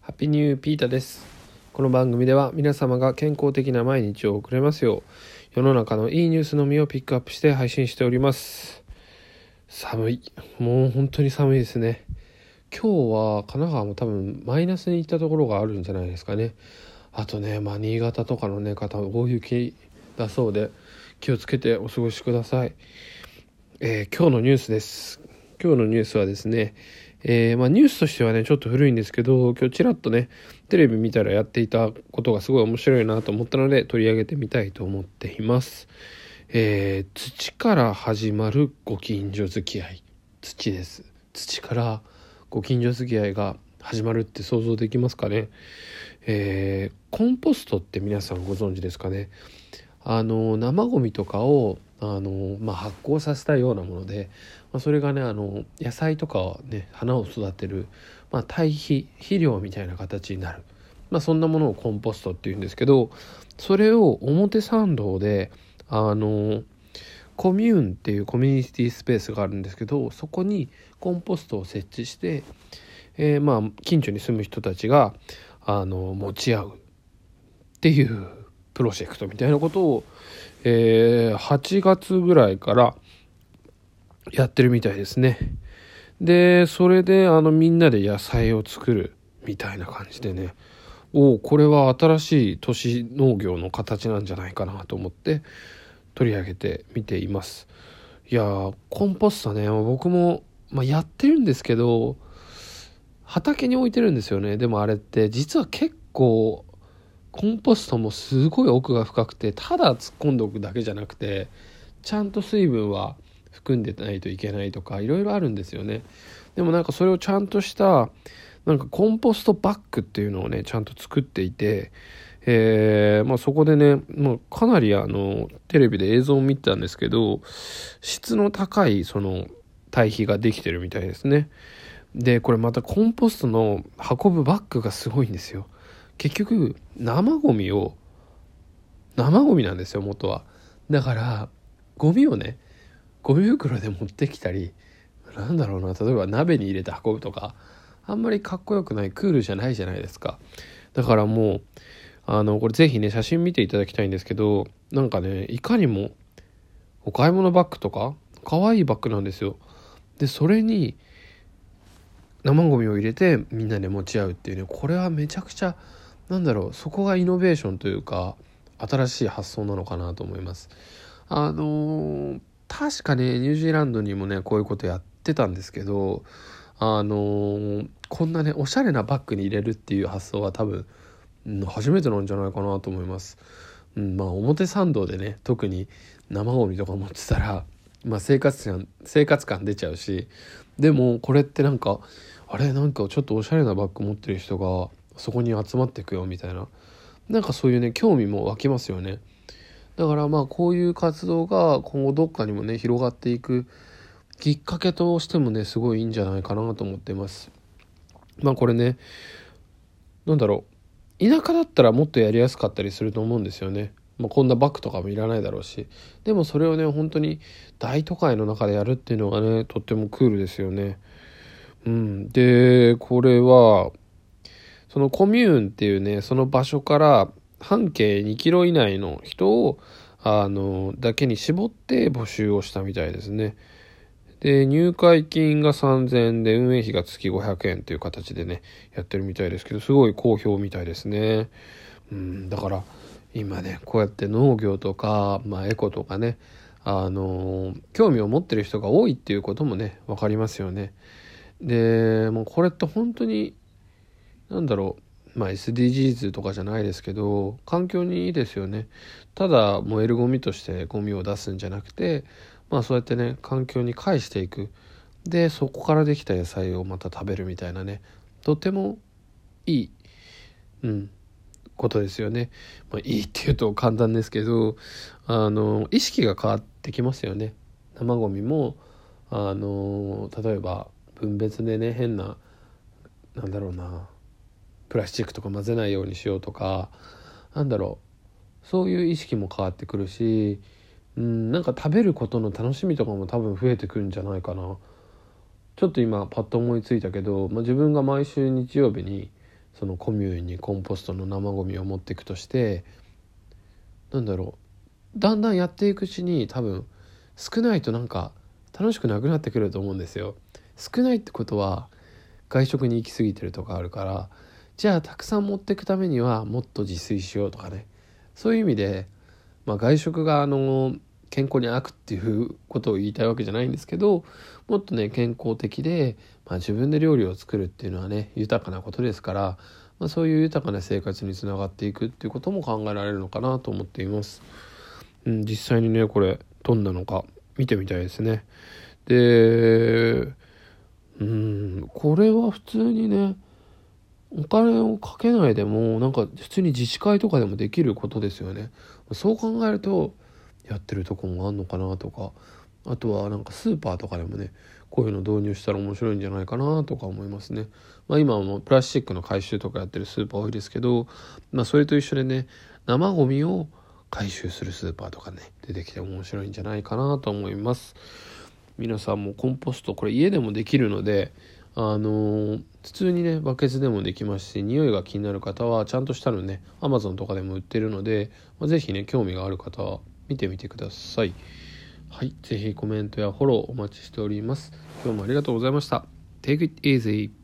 ハッピーニューピータです。この番組では皆様が健康的な毎日を送れますよう、世の中のいいニュースのみをピックアップして配信しております。寒い。もう本当に寒いですね。今日は神奈川も多分マイナスに行ったところがあるんじゃないですかね。あとね、新潟とかのね方は大雪だそうで気をつけてお過ごしください。今日のニュースです。今日のニュースはですね、ニュースとしてはねちょっと古いんですけど、今日ちらっとねテレビ見たらやっていたことがすごい面白いなと思ったので取り上げてみたいと思っています。土から始まるご近所付き合い。土です。土からご近所付き合いが始まるって想像できますかね。コンポストって皆さんご存知ですかね。生ゴミとかを発酵させたようなもので、それがね野菜とかね花を育てる、堆肥肥料みたいな形になる、そんなものをコンポストっていうんですけど、それを表参道でコミューンっていうコミュニティスペースがあるんですけど、そこにコンポストを設置して、近所に住む人たちが持ち合うっていうプロジェクトみたいなことを、8月ぐらいからやってるみたいですね。でそれでみんなで野菜を作るみたいな感じでね、これは新しい都市農業の形なんじゃないかなと思って取り上げてみています。いやコンポストね、僕も、やってるんですけど畑に置いてるんですよね。でもあれって実は結構コンポストもすごい奥が深くて、ただ突っ込んでおくだけじゃなくてちゃんと水分は含んでないといけないとかいろいろあるんですよね。でもそれをちゃんとしたコンポストバッグっていうのをねちゃんと作っていて、そこでね、かなりテレビで映像を見たんですけど、質の高いその堆肥ができてるみたいですね。でこれまたコンポストの運ぶバッグがすごいんですよ。結局生ゴミなんですよ元は。だからゴミをねゴミ袋で持ってきたり、例えば鍋に入れて運ぶとか、あんまりかっこよくない、クールじゃないじゃないですか。だからもうこれぜひね写真見ていただきたいんですけど、いかにもお買い物バッグとか可愛いバッグなんですよ。でそれに生ゴミを入れてみんなで持ち合うっていうね、これはめちゃくちゃそこがイノベーションというか新しい発想なのかなと思います。確かねニュージーランドにもねこういうことやってたんですけど、こんなねおしゃれなバッグに入れるっていう発想は多分、初めてなんじゃないかなと思います。表参道でね特に生ゴミとか持ってたら、生活感出ちゃうし、でもこれってちょっとおしゃれなバッグ持ってる人がそこに集まっていくよみたいな、そういうね興味も湧きますよね。だからこういう活動が今後どっかにもね広がっていくきっかけとしてもねすごいいいんじゃないかなと思っています。これね田舎だったらもっとやりやすかったりすると思うんですよね。こんなバッグとかもいらないだろうし、でもそれをね本当に大都会の中でやるっていうのがねとってもクールですよね。でこれはそのコミューンっていうねその場所から半径2キロ以内の人をだけに絞って募集をしたみたいですね。で入会金が3000円で運営費が月500円という形でねやってるみたいですけど、すごい好評みたいですね。だから今ねこうやって農業とか、エコとかね興味を持ってる人が多いっていうこともね分かりますよね。でもうこれって本当にSDGs とかじゃないですけど環境にいいですよね。ただ燃えるゴミとしてゴミを出すんじゃなくて、そうやってね環境に返していく。でそこからできた野菜をまた食べるみたいなね、とてもいいことですよね。いいっていうと簡単ですけど意識が変わってきますよね。生ゴミも例えば分別でね変なプラスチックとか混ぜないようにしようとかそういう意識も変わってくるし、食べることの楽しみとかも多分増えてくるんじゃないかな。ちょっと今パッと思いついたけど、自分が毎週日曜日にそのコミューンにコンポストの生ゴミを持っていくとして、だんだんやっていくうちに多分少ないとなんか楽しくなくなってくると思うんですよ。少ないってことは外食に行き過ぎてるとかあるから、じゃあたくさん持っていくためにはもっと自炊しようとかね、そういう意味で、外食が健康に悪っていうことを言いたいわけじゃないんですけど、もっとね健康的で、自分で料理を作るっていうのはね豊かなことですから、そういう豊かな生活につながっていくっていうことも考えられるのかなと思っています。実際にねこれどんなのか見てみたいですね。でこれは普通にねお金をかけないでもなんか普通に自治会とかでもできることですよね。そう考えるとやってるとこもあんのかなとか、あとはなんかスーパーとかでもねこういうの導入したら面白いんじゃないかなとか思いますね。今はもうプラスチックの回収とかやってるスーパー多いですけど、それと一緒でね生ゴミを回収するスーパーとかね出てきて面白いんじゃないかなと思います。皆さんもコンポストこれ家でもできるので、普通にねバケツでもできますし、匂いが気になる方はちゃんとしたのね Amazon とかでも売ってるので、ぜひね興味がある方は見てみてください。はい、ぜひコメントやフォローお待ちしております。今日もありがとうございました。Take it easy.